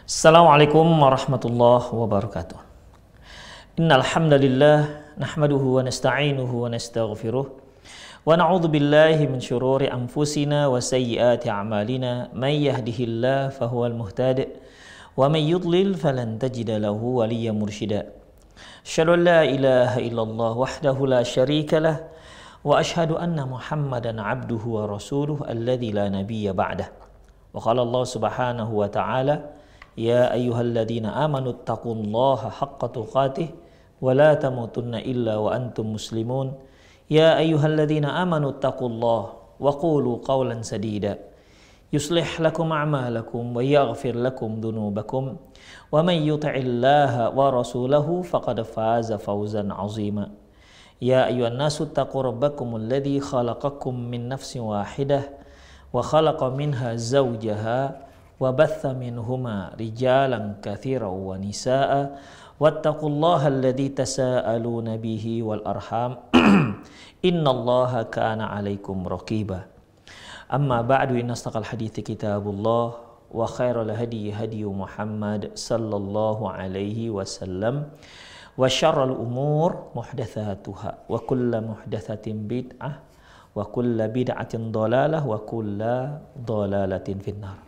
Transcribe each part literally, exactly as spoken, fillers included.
Assalamualaikum warahmatullahi wabarakatuh. Innal hamdalillah nahmaduhu wa nasta'inuhu wa nastaghfiruh wa na'udzu billahi min syururi anfusina wa sayyiati a'malina may yahdihillahu fahuwal muhtadi wa may yudlil falan tajida lahu waliyyan mursyida. Asyhadu an la ilaha illallah wahdahu la syarika lah wa asyhadu anna Muhammadan 'abduhu wa rasuluhu alladzi la nabiyya ba'dah. Wa qala Allah subhanahu wa ta'ala Ya ayyuhalladzina amanu taqullaha haqqa tuqatih wa la tamutunna illa wa antum muslimun. Ya ayyuhalladzina amanu taqullaha wa qulu qawlan sadida yuslih lakum a'malakum wa yaghfir lakum dhunubakum wa man yuti'illaha wa rasulahu faqad faza fawzan 'azima. Ya ayyuhan nasu taqu rabbakumul ladzi khalaqakum min nafsin wahidah wa khalaqa minha zawjaha wa batha minhuma rijalan katsiran wa nisaa wattaqullaha alladzi tasaaluna bihi wal arham innallaha kana 'alaikum raqiba. Amma ba'du, inna astaqal hadithi kitabullah wa khairal hadi hadi Muhammad sallallahu alaihi wasallam wa syarrul umur muhdatsatuha wa kullu muhdatsatin bid'ah wa kullu bid'atin dhalalah wa kullu dhalalatin finnar.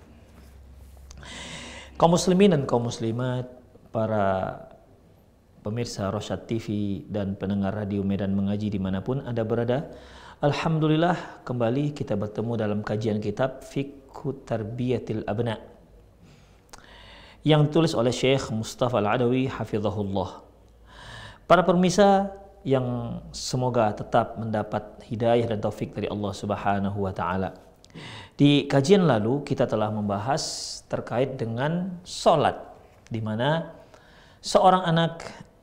Kaum muslimin dan kaum muslimat, para pemirsa Rosyad T V dan pendengar radio Medan Mengaji dimanapun Anda berada, alhamdulillah kembali kita bertemu dalam kajian kitab Fiqhu Tarbiyatil Abna yang ditulis oleh Syekh Mustafa Al-Adawi hafizahullah. Para pemirsa yang semoga tetap mendapat hidayah dan taufik dari Allah Subhanahu wa taala. Di kajian lalu kita telah membahas terkait dengan sholat, di mana seorang anak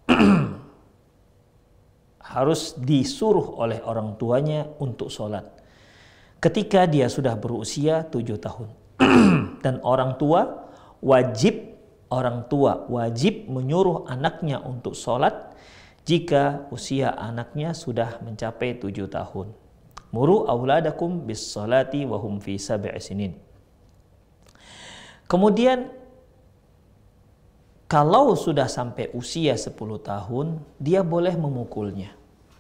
harus disuruh oleh orang tuanya untuk sholat ketika dia sudah berusia tujuh tahun. Dan orang tua wajib orang tua wajib menyuruh anaknya untuk sholat jika usia anaknya sudah mencapai tujuh tahun. Muru auladakum bis salati wa hum fi sab'i sinin. Kemudian kalau sudah sampai usia sepuluh tahun, dia boleh memukulnya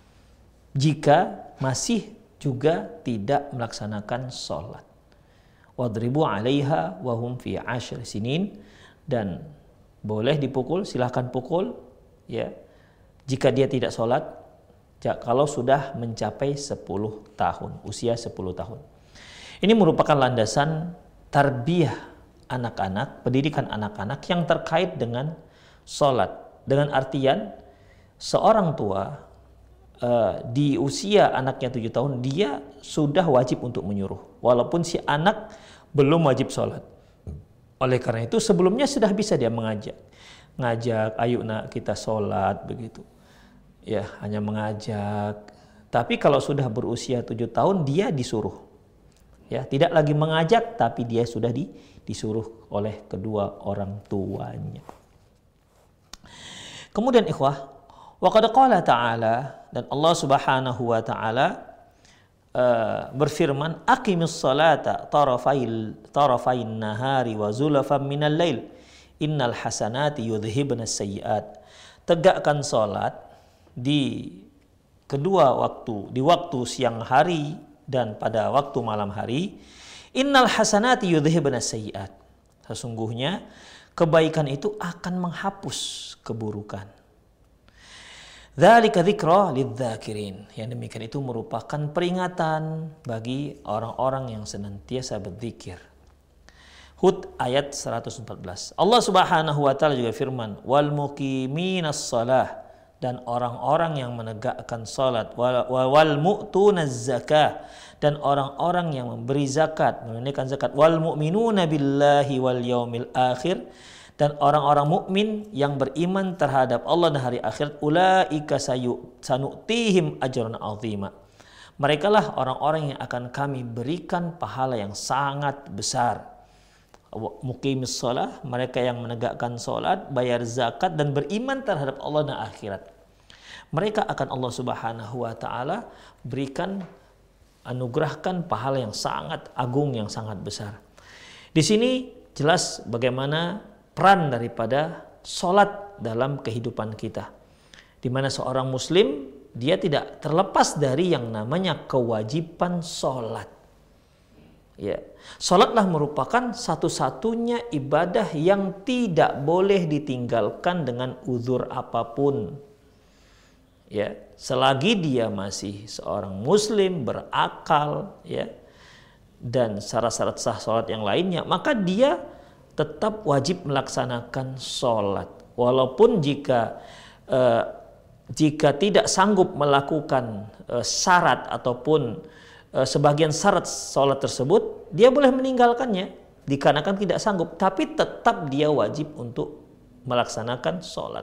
jika masih juga tidak melaksanakan sholat. Wadribu 'alaiha wa hum fi 'ashri sinin, dan boleh dipukul, silahkan pukul ya jika dia tidak sholat kalau sudah mencapai sepuluh tahun, usia sepuluh tahun. Ini merupakan landasan tarbiyah anak-anak, pendidikan anak-anak yang terkait dengan sholat. Dengan artian seorang tua uh, di usia anaknya tujuh tahun, dia sudah wajib untuk menyuruh, walaupun si anak belum wajib sholat. Oleh karena itu sebelumnya sudah bisa dia mengajak, ngajak, ayo nak kita sholat begitu. Ya, hanya mengajak. Tapi kalau sudah berusia tujuh tahun, dia disuruh. Ya, tidak lagi mengajak, tapi dia sudah di, disuruh oleh kedua orang tuanya. Kemudian ikhwah, wa qad qala ta'ala, dan Allah Subhanahu wa taala uh, berfirman, aqimis salata tarafail tarafain nahari wa zulafan minal lail innal hasanati yudhhibnas sayyiat. Tegakkan salat di kedua waktu, di waktu siang hari dan pada waktu malam hari. Innal hasanati yudhhibnas sayyiat. Sesungguhnya kebaikan itu akan menghapus keburukan. Dzalika dzikra lidzakirin. Yang demikian itu merupakan peringatan bagi orang-orang yang senantiasa berzikir. Hud ayat seratus empat belas. Allah Subhanahu wa taala juga firman, wal muqiminas shalah, dan orang-orang yang menegakkan salat, wal, wal mu'tunaz zakah, dan orang-orang yang memberi zakat, menunaikan zakat, wal mu'minuna billahi wal yaumil akhir, dan orang-orang mukmin yang beriman terhadap Allah dan hari akhirat, ulaika sanu'tihim ajran 'azima. Merekalah orang-orang yang akan kami berikan pahala yang sangat besar. Muqimis shalah, mereka yang menegakkan salat, bayar zakat, dan beriman terhadap Allah dan akhirat. Mereka akan Allah Subhanahu wa taala berikan, anugerahkan pahala yang sangat agung, yang sangat besar. Di sini jelas bagaimana peran daripada sholat dalam kehidupan kita. Di mana seorang muslim dia tidak terlepas dari yang namanya kewajiban sholat. Ya, sholatlah merupakan satu-satunya ibadah yang tidak boleh ditinggalkan dengan uzur apapun. Ya, selagi dia masih seorang muslim berakal, ya, dan syarat-syarat sah sholat yang lainnya, maka dia tetap wajib melaksanakan sholat. Walaupun jika eh, jika tidak sanggup melakukan eh, syarat ataupun eh, sebagian syarat sholat tersebut, dia boleh meninggalkannya dikarenakan tidak sanggup, tapi tetap dia wajib untuk melaksanakan sholat.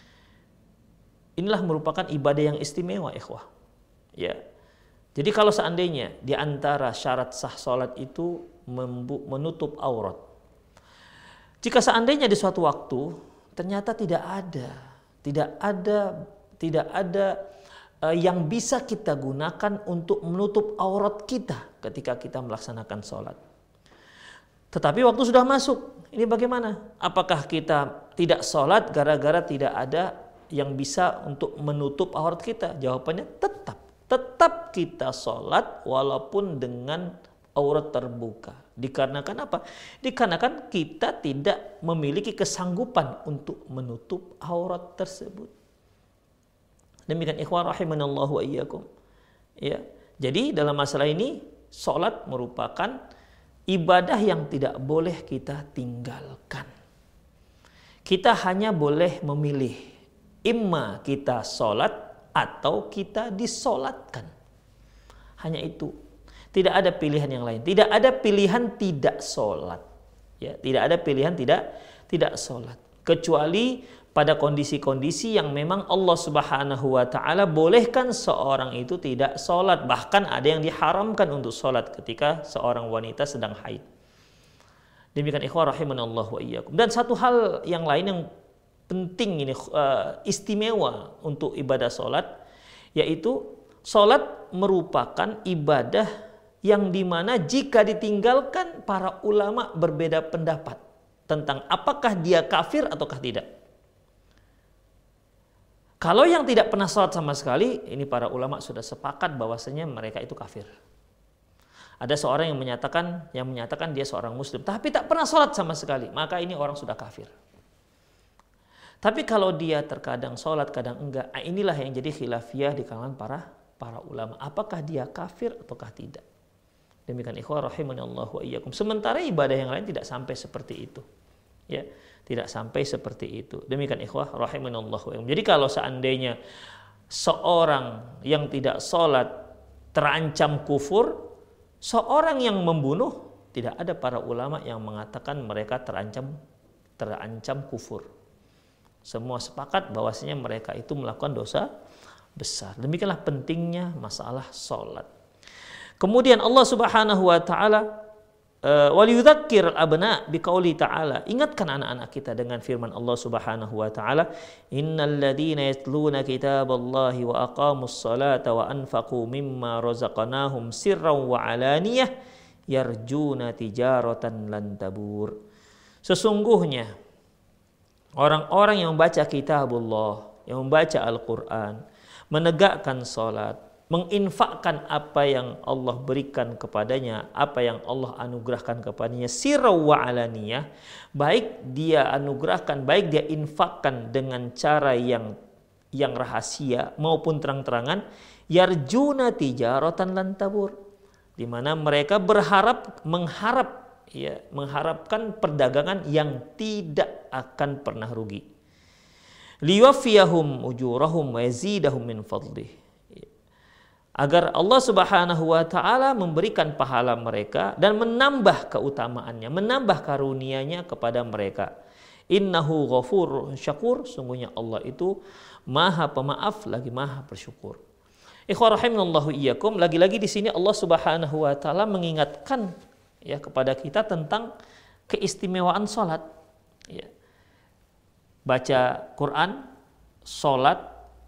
Inilah merupakan ibadah yang istimewa, ikhwah. Ya. Jadi kalau seandainya di antara syarat sah sholat itu menutup aurat, jika seandainya di suatu waktu ternyata tidak ada, tidak ada, tidak ada uh, yang bisa kita gunakan untuk menutup aurat kita ketika kita melaksanakan sholat, tetapi waktu sudah masuk, ini bagaimana? Apakah kita tidak sholat gara-gara tidak ada yang bisa untuk menutup aurat kita? Jawabannya tetap, tetap kita sholat walaupun dengan aurat terbuka. Dikarenakan apa? Dikarenakan kita tidak memiliki kesanggupan untuk menutup aurat tersebut. Demikian ikhwan rahimanallahu wa iyyakum. Ya. Jadi dalam masalah ini sholat merupakan ibadah yang tidak boleh kita tinggalkan. Kita hanya boleh memilih, imma kita sholat atau kita disolatkan. Hanya itu. Tidak ada pilihan yang lain. Tidak ada pilihan tidak sholat. Ya, tidak ada pilihan tidak tidak sholat. Kecuali pada kondisi-kondisi yang memang Allah Subhanahu wa taala bolehkan seorang itu tidak sholat. Bahkan ada yang diharamkan untuk sholat ketika seorang wanita sedang haid. Demikian ikhwah rahimanallahu wa iyyakum. Dan satu hal yang lain yang penting ini uh, istimewa untuk ibadah sholat, yaitu sholat merupakan ibadah yang dimana jika ditinggalkan para ulama berbeda pendapat tentang apakah dia kafir ataukah tidak. Kalau yang tidak pernah sholat sama sekali, ini para ulama sudah sepakat bahwasanya mereka itu kafir. Ada seorang yang menyatakan yang menyatakan dia seorang muslim tapi tak pernah sholat sama sekali, maka ini orang sudah kafir. Tapi kalau dia terkadang sholat, kadang enggak, inilah yang jadi khilafiyah di kalangan para para ulama. Apakah dia kafir ataukah tidak? Demikian ikhwah rahimanallahu wa iyyakum. Sementara ibadah yang lain tidak sampai seperti itu. Ya, tidak sampai seperti itu. Demikian ikhwah rahimanallahu wa iyyakum. Jadi kalau seandainya seorang yang tidak sholat terancam kufur, seorang yang membunuh, tidak ada para ulama yang mengatakan mereka terancam terancam kufur. Semua sepakat bahwasanya mereka itu melakukan dosa besar. Demikianlah pentingnya masalah sholat. Kemudian Allah Subhanahu wa taala waliyudzakkir abna biqauli ta'ala, ingatkan anak-anak kita dengan firman Allah Subhanahu wa taala, innal ladzina yatluna kitaballahi wa aqamus salata wa anfaqu mimma razaqnahum sirran wa alaniyah yarjuna tijaratan lan tabur. Sesungguhnya orang-orang yang membaca kitabullah, yang membaca Al-Qur'an, menegakkan salat, menginfakkan apa yang Allah berikan kepadanya, apa yang Allah anugerahkan kepadanya, sirra wa alaniyah, baik dia anugerahkan, baik dia infakkan dengan cara yang yang rahasia maupun terang-terangan, yarjuna tijaratan lan tabur, di mana mereka berharap mengharap ya, mengharapkan perdagangan yang tidak akan pernah rugi. Liwafiyahum ujurahum wa yazidahum min fadlih, agar Allah Subhanahu wa taala memberikan pahala mereka dan menambah keutamaannya, menambah karunia-Nya kepada mereka. Innahu ghafur syakur, sungguhnya Allah itu Maha Pemaaf lagi Maha Bersyukur. Ikhwah rahimanallahu iyyakum, lagi-lagi di sini Allah Subhanahu wa taala mengingatkan ya kepada kita tentang keistimewaan salat. Ya. Baca Quran, salat,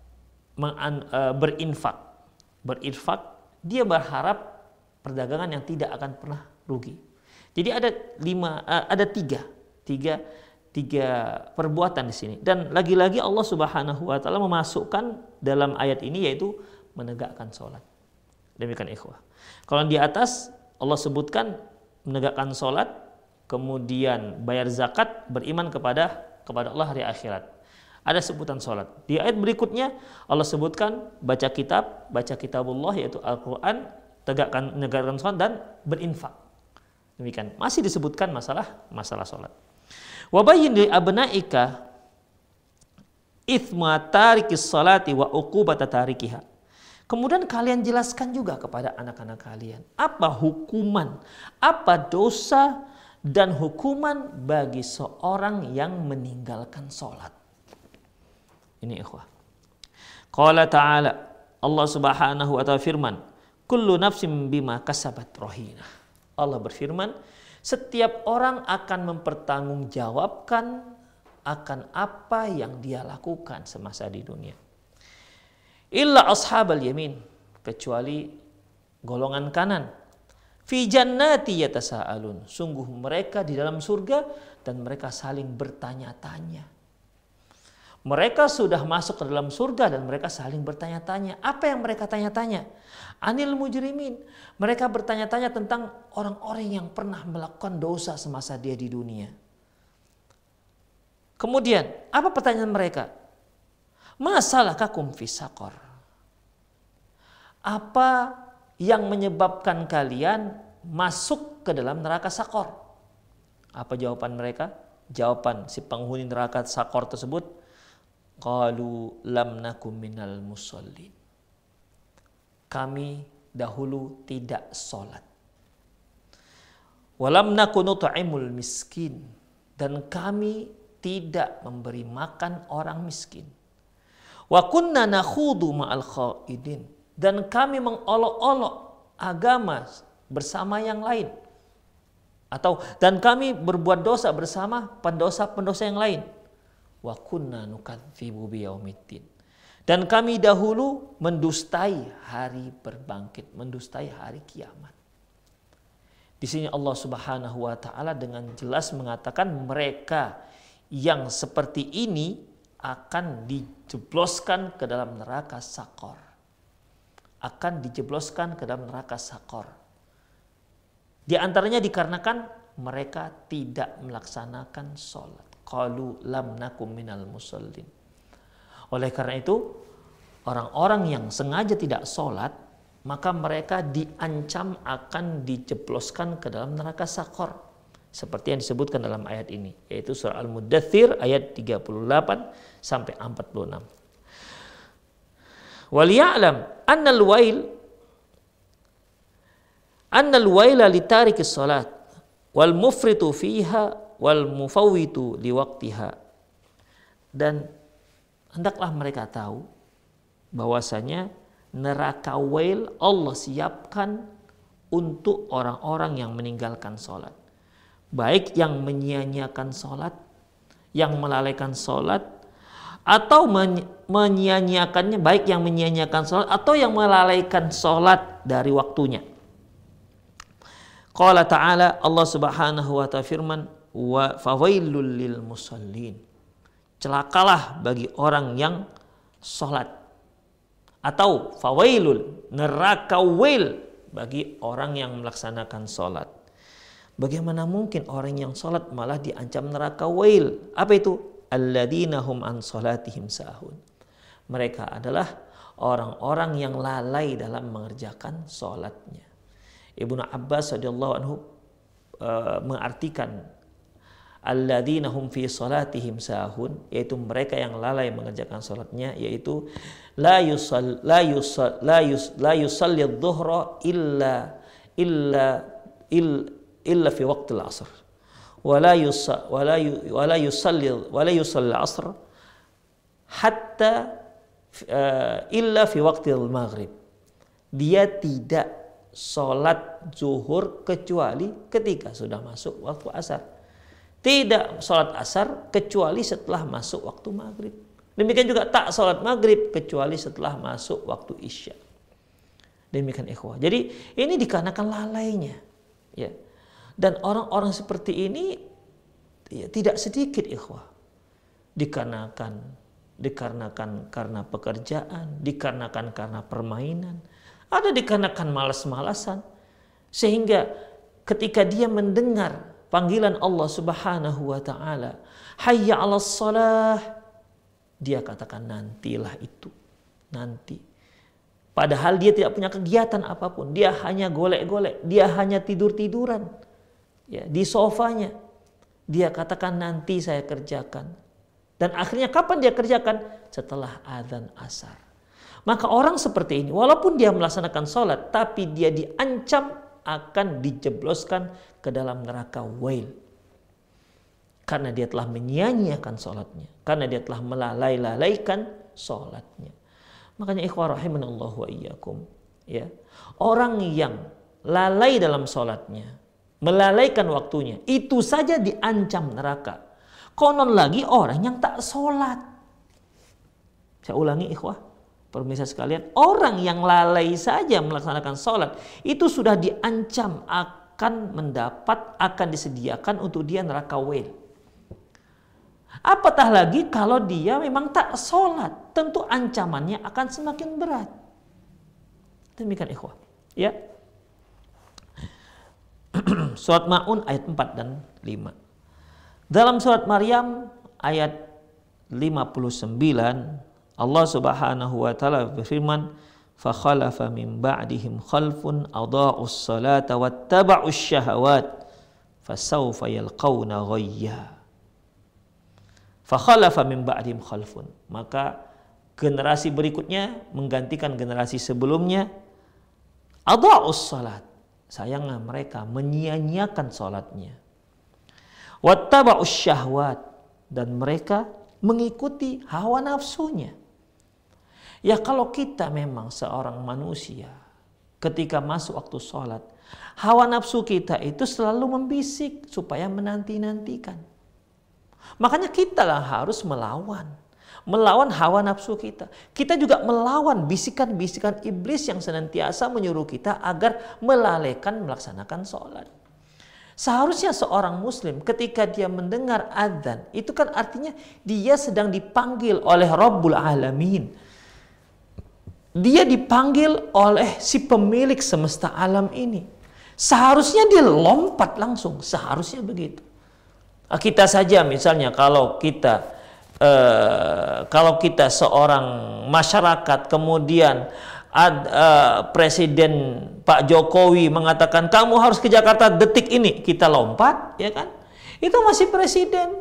berinfak. Berinfak, dia berharap perdagangan yang tidak akan pernah rugi. Jadi ada lima, ada tiga, tiga, tiga perbuatan di sini. Dan lagi-lagi Allah Subhanahu wa taala memasukkan dalam ayat ini yaitu menegakkan sholat. Demikian ikhwah. Kalau di atas Allah sebutkan menegakkan sholat, kemudian bayar zakat, beriman kepada kepada Allah hari akhirat. Ada sebutan sholat. Di ayat berikutnya Allah sebutkan baca kitab, baca kitabullah yaitu Al-Quran, tegakkan menegakkan sholat dan berinfak. Demikian. Masih disebutkan masalah masalah sholat. Wabayyin li abnaika ithma tarikis sholati wa uqubata tarikiha. Kemudian kalian jelaskan juga kepada anak-anak kalian apa hukuman, apa dosa dan hukuman bagi seorang yang meninggalkan sholat. Ini ikhwah. Qala ta'ala, Allah Subhanahu wa ta'ala firman, kullu nafsin bima kasabat rahina. Allah berfirman, setiap orang akan mempertanggungjawabkan akan apa yang dia lakukan semasa di dunia. Illa ashabal yamin, kecuali golongan kanan. Fi jannati yatasaalun, sungguh mereka di dalam surga dan mereka saling bertanya-tanya. Mereka sudah masuk ke dalam surga dan mereka saling bertanya-tanya. Apa yang mereka tanya-tanya? Anil mujrimin. Mereka bertanya-tanya tentang orang-orang yang pernah melakukan dosa semasa dia di dunia. Kemudian, apa pertanyaan mereka? Masalahkakum fi saqar. Apa yang menyebabkan kalian masuk ke dalam neraka Sakor? Apa jawaban mereka? Jawaban si penghuni neraka Sakor tersebut, qalu lam nakum minal musallin. Kami dahulu tidak sholat. Walam nakun nut'imul miskin, dan kami tidak memberi makan orang miskin. Wa kunna nakhudu ma'al khaidin, dan kami mengolok-olok agama bersama yang lain. Atau dan kami berbuat dosa bersama pendosa-pendosa yang lain. Wa kunna nukadzibu biyaumiddin, dan kami dahulu mendustai hari berbangkit, mendustai hari kiamat. Di sini Allah Subhanahu wa taala dengan jelas mengatakan mereka yang seperti ini akan dijebloskan ke dalam neraka Sakor. Akan dijebloskan ke dalam neraka Sakor. Di antaranya dikarenakan mereka tidak melaksanakan sholat. Qalu lam nakum minal musallin. Oleh karena itu, orang-orang yang sengaja tidak sholat, maka mereka diancam akan dijebloskan ke dalam neraka Sakor. Seperti yang disebutkan dalam ayat ini, yaitu surah Al-Muddathir ayat tiga puluh delapan sampai empat puluh enam. Waliya'lam annal wail annal waila litarikis salat wal mufritu fiha wal mufawwitu liwaqtiha. Dan hendaklah mereka tahu bahwasanya neraka wail Allah siapkan untuk orang-orang yang meninggalkan salat. Baik yang menyia-nyiakan salat, yang melalaikan salat, atau menyia-nyiakannya, baik yang menyia-nyiakan salat atau yang melalaikan salat dari waktunya. Qala ta'ala, Allah Subhanahu wa ta'ala firman, wa fawailul lil musallin. Celakalah bagi orang yang salat. Atau fawailul, neraka wail bagi orang yang melaksanakan salat. Bagaimana mungkin orang yang salat malah diancam neraka wail? Apa itu? Alladzina hum an salatihim sahun. Mereka adalah orang-orang yang lalai dalam mengerjakan salatnya. Ibnu Abbas radhiyallahu anhu uh, mengartikan alladzina hum fi salatihim sahun, yaitu mereka yang lalai mengerjakan salatnya, yaitu la yusall la yusall la yus la yusalli adh-dhuhra illa illa illa illa fi waqtil asr wala yusa wala wala yusalli wala yusalli asr hatta uh, illa fi waqtil maghrib. Dia tidak sholat zuhur kecuali ketika sudah masuk waktu asar. Tidak sholat asar kecuali setelah masuk waktu maghrib. Demikian juga tak sholat maghrib kecuali setelah masuk waktu isya. Demikian ikhwah. Jadi ini dikarenakan lalainya, ya. Dan orang-orang seperti ini ya, tidak sedikit ikhwah. Dikarenakan dikarenakan karena pekerjaan, dikarenakan karena permainan, ada dikarenakan malas-malasan. Sehingga ketika dia mendengar panggilan Allah Subhanahu wa taala, hayya 'alas shalah, dia katakan nantilah itu, nanti. Padahal dia tidak punya kegiatan apapun, dia hanya golek-golek, dia hanya tidur-tiduran ya di sofanya. Dia katakan nanti saya kerjakan. Dan akhirnya kapan dia kerjakan? Setelah azan asar. Maka orang seperti ini, walaupun dia melaksanakan sholat, tapi dia diancam akan dijebloskan ke dalam neraka wail. Karena dia telah menyia-nyiakan sholatnya. Karena dia telah melalai-lalaikan sholatnya. Makanya ikhwah rahimanallahu wa iyyakum, ya, orang yang lalai dalam sholatnya, melalaikan waktunya, itu saja diancam neraka. Konon lagi orang yang tak sholat. Saya ulangi ikhwah, pemirsa sekalian, orang yang lalai saja melaksanakan sholat, itu sudah diancam akan mendapat, akan disediakan untuk dia neraka wail. Apatah lagi kalau dia memang tak sholat, tentu ancamannya akan semakin berat. Demikian ikhwah, ya. Surat Ma'un ayat empat dan lima. Dalam surat Maryam ayat lima puluh sembilan, Allah Subhanahu wa taala berfirman, "Fa khalafa min ba'dihim khalfun adha'us salata wattaba'us syahawat fasawfa yalqawna ghayya." Fa khalafa min ba'dihim khalfun. Maka generasi berikutnya menggantikan generasi sebelumnya. Adha'us salat. Sayangnya mereka menyia-nyiakan sholatnya. Wattaba'us syahwat, dan mereka mengikuti hawa nafsunya. Ya kalau kita memang seorang manusia, ketika masuk waktu sholat, hawa nafsu kita itu selalu membisik supaya menanti-nantikan. Makanya kita lah harus melawan. Melawan hawa nafsu kita. Kita juga melawan bisikan-bisikan iblis yang senantiasa menyuruh kita agar melalaikan melaksanakan sholat. Seharusnya seorang muslim ketika dia mendengar adzan, itu kan artinya dia sedang dipanggil oleh Rabbul Alamin. Dia dipanggil oleh si pemilik semesta alam ini. Seharusnya dia lompat langsung, seharusnya begitu. Kita saja misalnya kalau kita Uh, kalau kita seorang masyarakat, kemudian ad, uh, Presiden Pak Jokowi mengatakan kamu harus ke Jakarta detik ini, kita lompat, ya kan? Itu masih presiden,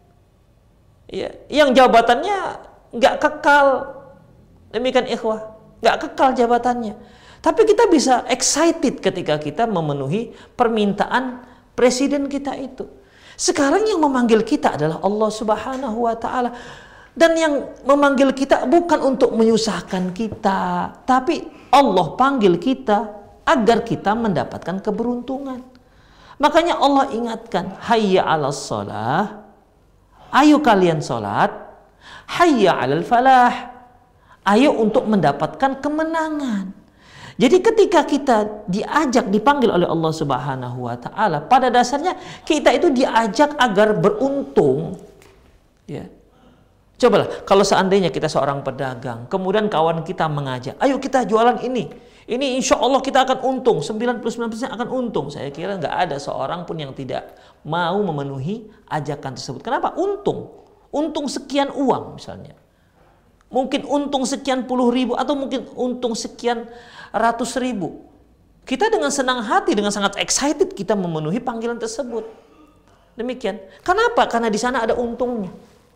ya, yang jabatannya nggak kekal. Demikian ikhwah, nggak kekal jabatannya. Tapi kita bisa excited ketika kita memenuhi permintaan presiden kita itu. Sekarang yang memanggil kita adalah Allah Subhanahu wa taala. Dan yang memanggil kita bukan untuk menyusahkan kita, tapi Allah panggil kita agar kita mendapatkan keberuntungan. Makanya Allah ingatkan, hayya 'alas shalah, ayo kalian salat, hayya 'alal falah, ayo untuk mendapatkan kemenangan. Jadi ketika kita diajak, dipanggil oleh Allah Subhanahu wa taala, pada dasarnya kita itu diajak agar beruntung. Ya. Cobalah kalau seandainya kita seorang pedagang, kemudian kawan kita mengajak, ayo kita jualan ini. Ini insya Allah kita akan untung, sembilan puluh sembilan persen akan untung. Saya kira nggak ada seorang pun yang tidak mau memenuhi ajakan tersebut. Kenapa? Untung. Untung sekian uang misalnya. Mungkin untung sekian puluh ribu atau mungkin untung sekian ratus ribu. Kita dengan senang hati, dengan sangat excited kita memenuhi panggilan tersebut. Demikian. Kenapa? Karena di sana ada untungnya.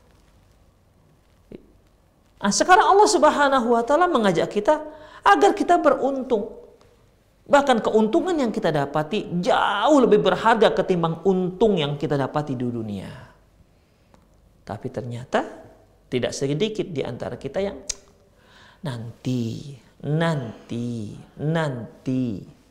Nah, sekarang Allah Subhanahu wa taala mengajak kita agar kita beruntung. Bahkan keuntungan yang kita dapati jauh lebih berharga ketimbang untung yang kita dapati di dunia. Tapi ternyata tidak sedikit di antara kita yang nanti, nanti, nanti.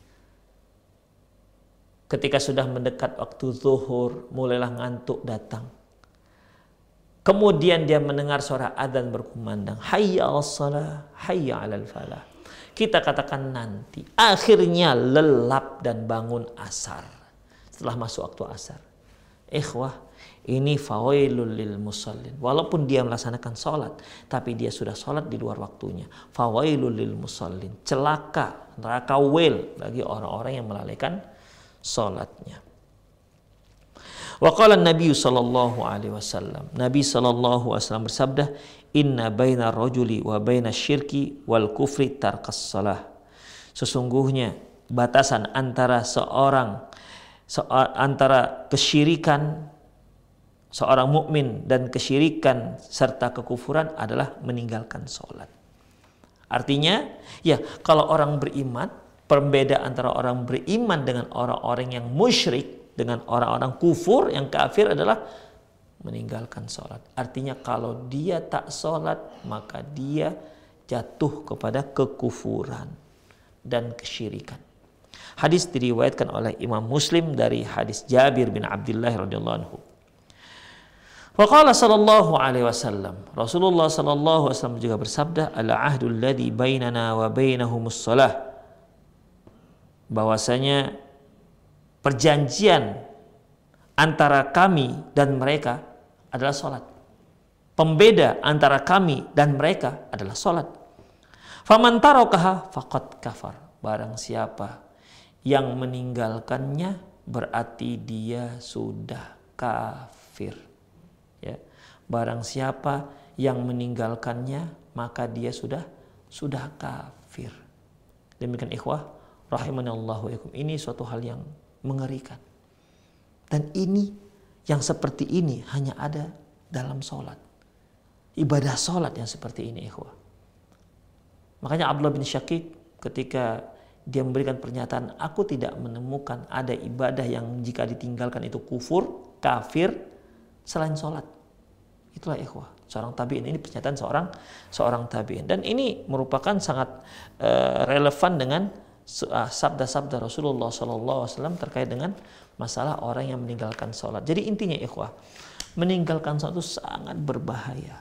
Ketika sudah mendekat waktu zuhur, mulailah ngantuk datang. Kemudian dia mendengar suara adzan berkumandang, hayya 'alas shalah, hayya 'alal falah. Kita katakan nanti. Akhirnya lelap dan bangun asar. Setelah masuk waktu asar. Ikhwah, Ini fawailul lil musallin. Walaupun dia melaksanakan sholat, tapi dia sudah sholat di luar waktunya. Fawailul lil musallin. Celaka, neraka wail bagi orang-orang yang melalaikan sholatnya. Wa qala Nabi sallallahu alaihi wasallam. Nabi sallallahu alaihi wasallam bersabda, "Inna baina rajuli wa baina syirki wal kufri tarkas shalah." Sesungguhnya batasan antara seorang so, antara kesyirikan seorang mukmin dan kesyirikan serta kekufuran adalah meninggalkan sholat. Artinya, ya kalau orang beriman, perbedaan antara orang beriman dengan orang-orang yang musyrik, dengan orang-orang kufur yang kafir adalah meninggalkan sholat. Artinya kalau dia tak sholat, maka dia jatuh kepada kekufuran dan kesyirikan. Hadis diriwayatkan oleh Imam Muslim dari hadis Jabir bin Abdullah radhiyallahu anhu. Wa qala sallallahu alaihi wasallam, Rasulullah sallallahu alaihi wasallam juga bersabda, al-ahdu alladhi bainana wa bainahumus shalah. Bahwasanya perjanjian antara kami dan mereka adalah salat. Pembeda antara kami dan mereka adalah salat. Faman tarakaha faqad kafar. Barang siapa yang meninggalkannya berarti dia sudah kafir. Ya. Barang siapa yang meninggalkannya maka dia sudah sudah kafir. Demikian ikhwah rahimanallahu wa iyakum. Ini suatu hal yang mengerikan. Dan ini yang seperti ini hanya ada dalam sholat. Ibadah sholat yang seperti ini ikhwah. Makanya Abdullah bin Syakik ketika dia memberikan pernyataan, aku tidak menemukan ada ibadah yang jika ditinggalkan itu kufur, kafir selain sholat. Itulah ikhwah, seorang tabi'in. Ini pernyataan seorang seorang tabi'in. Dan ini merupakan sangat uh, relevan dengan uh, sabda-sabda Rasulullah shallallahu alaihi wasallam terkait dengan masalah orang yang meninggalkan sholat. Jadi intinya ikhwah, meninggalkan sholat itu sangat berbahaya.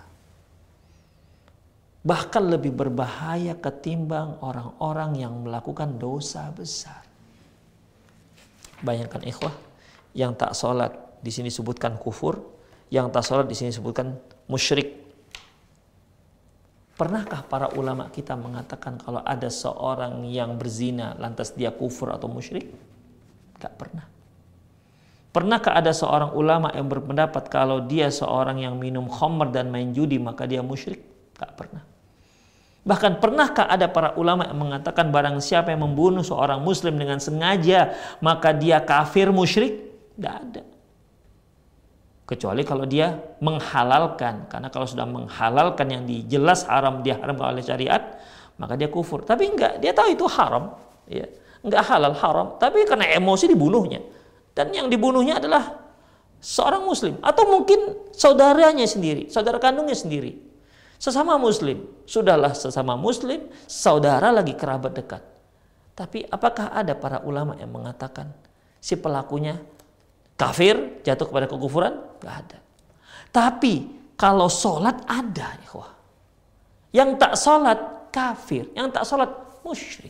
Bahkan lebih berbahaya ketimbang orang-orang yang melakukan dosa besar. Bayangkan ikhwah, yang tak sholat di sini disebutkan kufur, yang tak sholat di sini disebutkan musyrik. Pernahkah para ulama kita mengatakan kalau ada seorang yang berzina lantas dia kufur atau musyrik? Gak pernah. Pernahkah ada seorang ulama yang berpendapat kalau dia seorang yang minum khamr dan main judi maka dia musyrik? Gak pernah. Bahkan pernahkah ada para ulama yang mengatakan barang siapa yang membunuh seorang muslim dengan sengaja maka dia kafir musyrik? Gak ada. Kecuali kalau dia menghalalkan. Karena kalau sudah menghalalkan yang dijelas haram, dia haram oleh syariat, maka dia kufur. Tapi enggak, dia tahu itu haram, ya. Enggak halal, haram. Tapi karena emosi dibunuhnya. Dan yang dibunuhnya adalah seorang muslim. Atau mungkin saudaranya sendiri, saudara kandungnya sendiri. Sesama muslim. Sudahlah sesama muslim, saudara lagi kerabat dekat. Tapi apakah ada para ulama yang mengatakan si pelakunya kafir, jatuh kepada kekufuran? Gak ada. Tapi kalau sholat ada, ikhwah. Yang tak sholat kafir, yang tak sholat musyrik.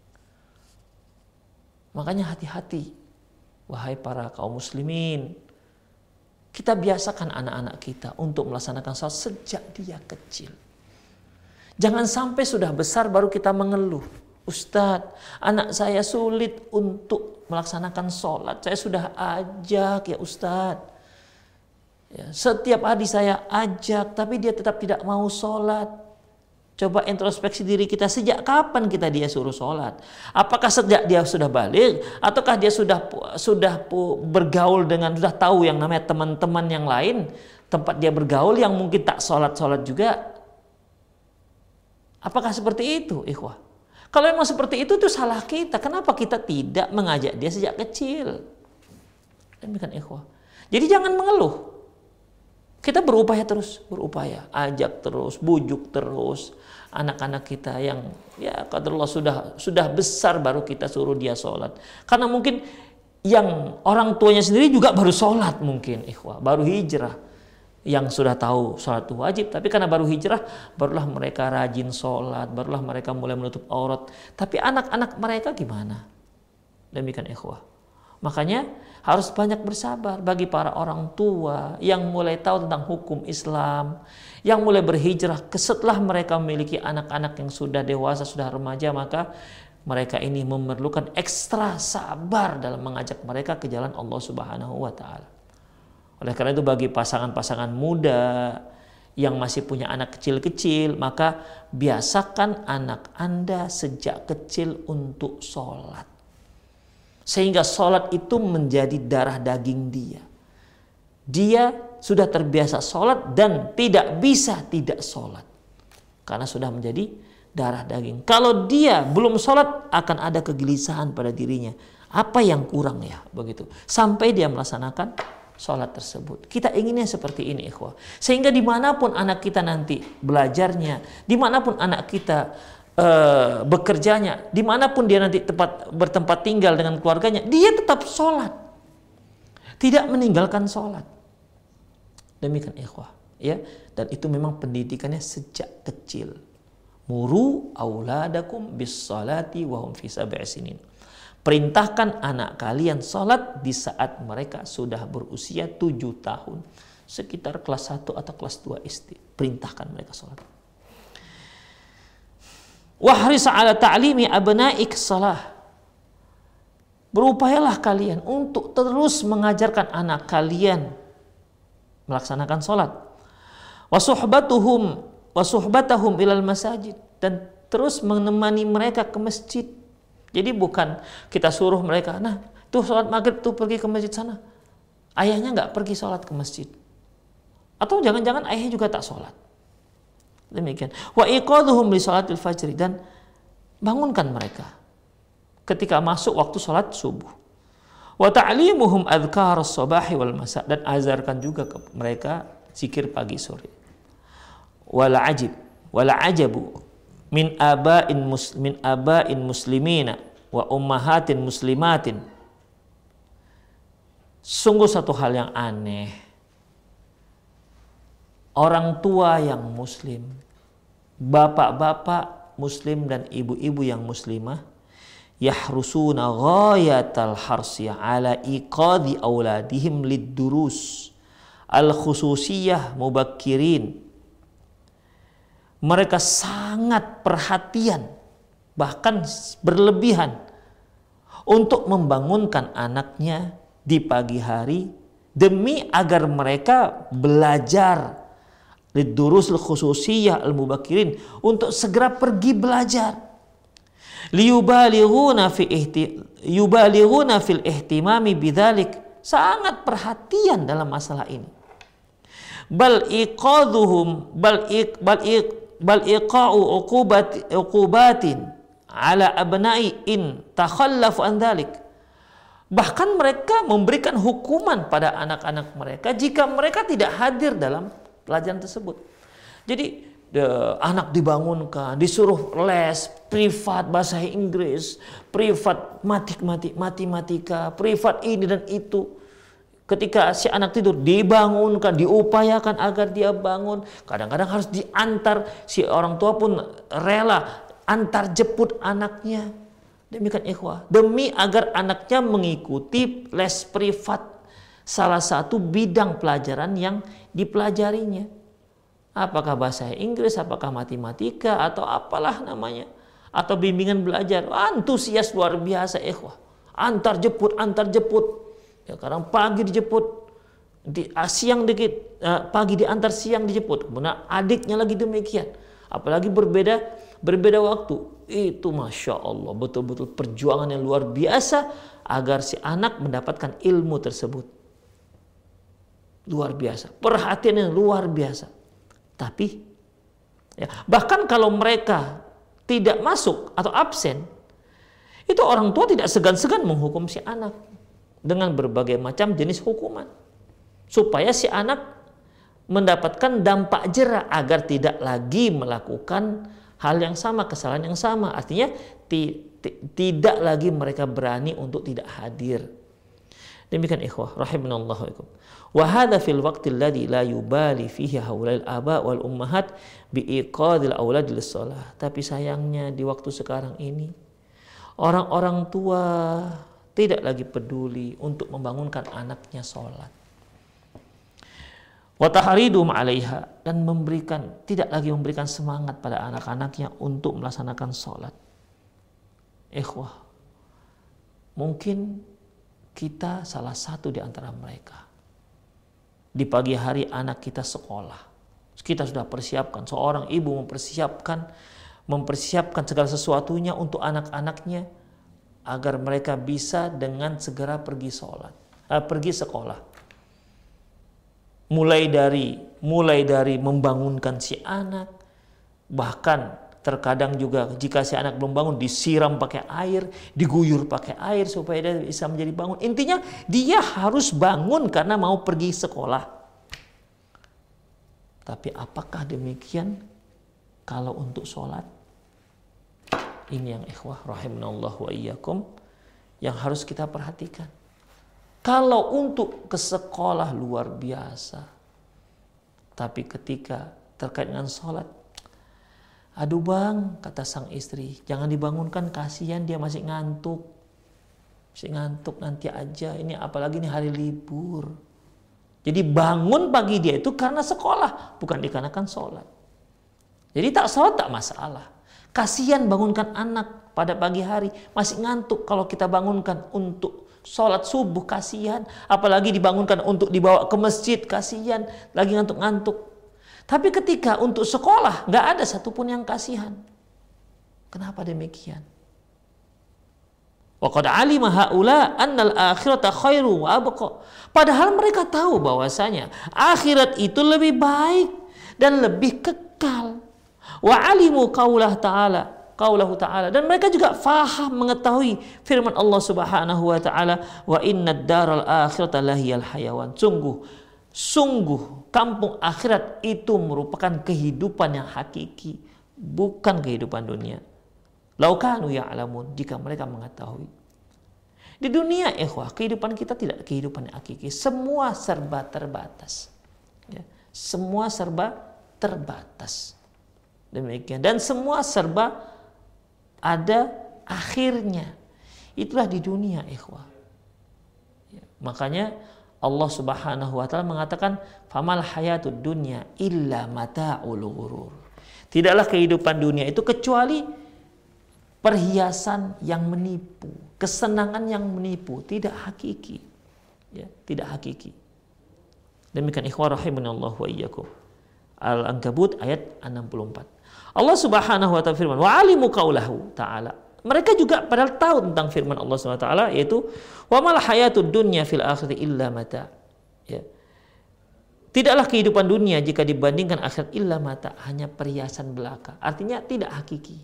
Makanya hati-hati, wahai para kaum muslimin. Kita biasakan anak-anak kita untuk melaksanakan sholat sejak dia kecil. Jangan sampai sudah besar baru kita mengeluh. Ustadz, anak saya sulit untuk melaksanakan sholat. Saya sudah ajak ya Ustadz. Ya, setiap hari saya ajak, tapi dia tetap tidak mau sholat. Coba introspeksi diri kita, sejak kapan kita dia suruh sholat? Apakah sejak dia sudah balik? Ataukah dia sudah sudah bergaul dengan, sudah tahu yang namanya teman-teman yang lain, tempat dia bergaul yang mungkin tak sholat-sholat juga? Apakah seperti itu, ikhwah? Kalau memang seperti itu, itu salah kita. Kenapa kita tidak mengajak dia sejak kecil? Demikian ikhwah. Jadi jangan mengeluh. Kita berupaya terus, berupaya. Ajak terus, bujuk terus. Anak-anak kita yang ya qadarullah sudah sudah besar baru kita suruh dia sholat. Karena mungkin yang orang tuanya sendiri juga baru sholat mungkin ikhwah. Baru hijrah. Yang sudah tahu sholat itu wajib, tapi karena baru hijrah, barulah mereka rajin sholat, barulah mereka mulai menutup aurat. Tapi anak-anak mereka gimana? Demikian ikhwah. Makanya harus banyak bersabar bagi para orang tua yang mulai tahu tentang hukum Islam, yang mulai berhijrah setelah mereka memiliki anak-anak yang sudah dewasa, sudah remaja, maka mereka ini memerlukan ekstra sabar dalam mengajak mereka ke jalan Allah Subhanahu wa taala. Oleh karena itu bagi pasangan-pasangan muda yang masih punya anak kecil-kecil, maka biasakan anak Anda sejak kecil untuk sholat. Sehingga sholat itu menjadi darah daging dia. Dia sudah terbiasa sholat dan tidak bisa tidak sholat. Karena sudah menjadi darah daging. Kalau dia belum sholat akan ada kegelisahan pada dirinya. Apa yang kurang ya? Begitu. Sampai dia melaksanakan sholat tersebut. Kita inginnya seperti ini, ikhwah. Sehingga dimanapun anak kita nanti belajarnya, dimanapun anak kita Uh, bekerjanya, dimanapun dia nanti tempat bertempat tinggal dengan keluarganya, dia tetap sholat, tidak meninggalkan sholat. Demikian ikhwah, ya. Dan itu memang pendidikannya sejak kecil. Muru auladakum bis salati wa hum fi sab'i sinin. Perintahkan anak kalian sholat di saat mereka sudah berusia tujuh tahun, sekitar kelas satu atau kelas dua S D. Perintahkan mereka sholat. Wahris ala ta'limi abnaik salah. Berupayalah kalian untuk terus mengajarkan anak kalian melaksanakan salat. Wasuhbatuhum wasuhbatahum ilal masajid, dan terus menemani mereka ke masjid. Jadi bukan kita suruh mereka, nah tuh salat maghrib tuh pergi ke masjid sana. Ayahnya nggak pergi salat ke masjid. Atau jangan-jangan ayahnya juga tak salat. Demikian. Wa iqadhuhum li salatil fajr, dan bangunkan mereka ketika masuk waktu salat subuh. Wa ta'limuhum adhkar as-sabahi wal masa, dan azarkan juga ke mereka zikir pagi sore. Wal ajib wal ajabu min aba'in muslimin aba'in muslimina wa ummahatin muslimatin. Sungguh satu hal yang aneh, orang tua yang muslim, bapak-bapak muslim dan ibu-ibu yang muslimah, yahrusuna ghayatal harsya ala iqadhi auladihim lid-durus al-khususiyah mubakkirin. Mereka sangat perhatian, bahkan berlebihan, untuk membangunkan anaknya di pagi hari demi agar mereka belajar lidurusul khususiyah al-mubakkirin, untuk segera pergi belajar. Liyubalighuna fi ihti yubalighuna fil ihtimami bidzalik, sangat perhatian dalam masalah ini. Bal iqadhuhum bal iq bal iq bal iqa'u uqubat uqubatin ala abna'i in takhallafu an dzalik. Bahkan mereka memberikan hukuman pada anak-anak mereka jika mereka tidak hadir dalam pelajaran tersebut. Jadi de, anak dibangunkan, disuruh les privat bahasa Inggris, privat matematik, matematika, privat ini dan itu. Ketika si anak tidur dibangunkan, diupayakan agar dia bangun. Kadang-kadang harus diantar, si orang tua pun rela antar jemput anaknya. Demikian ikhwah, demi agar anaknya mengikuti les privat salah satu bidang pelajaran yang dipelajarinya. Apakah bahasa Inggris, apakah matematika, atau apalah namanya, atau bimbingan belajar. Antusias luar biasa ikhwah. Antar jemput, antar jemput. Ya, kadang pagi dijemput, di, siang dikit, uh, pagi diantar, siang dijemput. Kemudian adiknya lagi demikian. Apalagi berbeda berbeda waktu. Itu Masya Allah, betul-betul perjuangan yang luar biasa agar si anak mendapatkan ilmu tersebut. Luar biasa, perhatian yang luar biasa. Tapi ya, bahkan kalau mereka tidak masuk atau absen, itu orang tua tidak segan-segan menghukum si anak dengan berbagai macam jenis hukuman, supaya si anak mendapatkan dampak jera agar tidak lagi melakukan hal yang sama, kesalahan yang sama. Artinya ti, ti, tidak lagi mereka berani untuk tidak hadir. Demikian ikhwah rahimanallahu wa ikum. Wa hadza fil waqti alladhi la yubali fihi haulal aba wal ummahat bi iqadil aulad lis shalah. Tapi sayangnya di waktu sekarang ini orang-orang tua tidak lagi peduli untuk membangunkan anaknya sholat. Wa tahridum 'alaiha, dan memberikan tidak lagi memberikan semangat pada anak-anaknya untuk melaksanakan sholat. Ikhwah, mungkin kita salah satu di antara mereka. Di pagi hari anak kita sekolah, kita sudah persiapkan, seorang ibu mempersiapkan mempersiapkan segala sesuatunya untuk anak-anaknya agar mereka bisa dengan segera pergi sholat, eh, pergi sekolah. Mulai dari mulai dari membangunkan si anak, bahkan terkadang juga jika si anak belum bangun disiram pakai air, diguyur pakai air supaya dia bisa menjadi bangun. Intinya dia harus bangun karena mau pergi sekolah. Tapi apakah demikian kalau untuk sholat? Ini yang ikhwah rahimanallah wa iyyakum yang harus kita perhatikan. Kalau untuk ke sekolah luar biasa, tapi ketika terkait dengan sholat, aduh bang, kata sang istri, jangan dibangunkan, kasihan dia masih ngantuk. Masih ngantuk, nanti aja, ini apalagi ini hari libur. Jadi bangun pagi dia itu karena sekolah, bukan dikarenakan sholat. Jadi tak sholat tak masalah. Kasihan bangunkan anak pada pagi hari, masih ngantuk. Kalau kita bangunkan untuk sholat subuh, kasihan. Apalagi dibangunkan untuk dibawa ke masjid, kasihan. Lagi ngantuk-ngantuk. Tapi ketika untuk sekolah, nggak ada satupun yang kasihan. Kenapa demikian? Wa qad alima haula annal akhirata khairu wa abqa. Padahal mereka tahu bahwasanya akhirat itu lebih baik dan lebih kekal. Wa alimu qaulah ta'ala, qaulahu ta'ala, dan mereka juga faham mengetahui firman Allah Subhanahu wa taala, wa innad daral akhirata lahiyal hayawan. Sungguh sungguh kampung akhirat itu merupakan kehidupan yang hakiki, bukan kehidupan dunia. Laukanu ya'lamun, jika mereka mengetahui. Di dunia ikhwah, kehidupan kita tidak kehidupan yang hakiki. Semua serba terbatas. Ya, semua serba terbatas. Demikian. Dan semua serba ada akhirnya. Itulah di dunia ikhwah. Ya, makanya Allah Subhanahu wa taala mengatakan, famal hayatud dunya illa mata'ul ghurur. Tidaklah kehidupan dunia itu kecuali perhiasan yang menipu, kesenangan yang menipu, tidak hakiki. Ya, tidak hakiki. Demikian ikhwah rahimanallahu wa iyyakum. Al-Ankabut ayat enam puluh empat. Allah Subhanahu wa taala firman, wa alimu qaulahu ta'ala. Mereka juga padahal tahu tentang firman Allah Subhanahu wa taala, yaitu wa mal hayatud dunya fil akhirati illa mata. Ya. Tidaklah kehidupan dunia jika dibandingkan akhirat illa mata, hanya perhiasan belaka. Artinya tidak hakiki.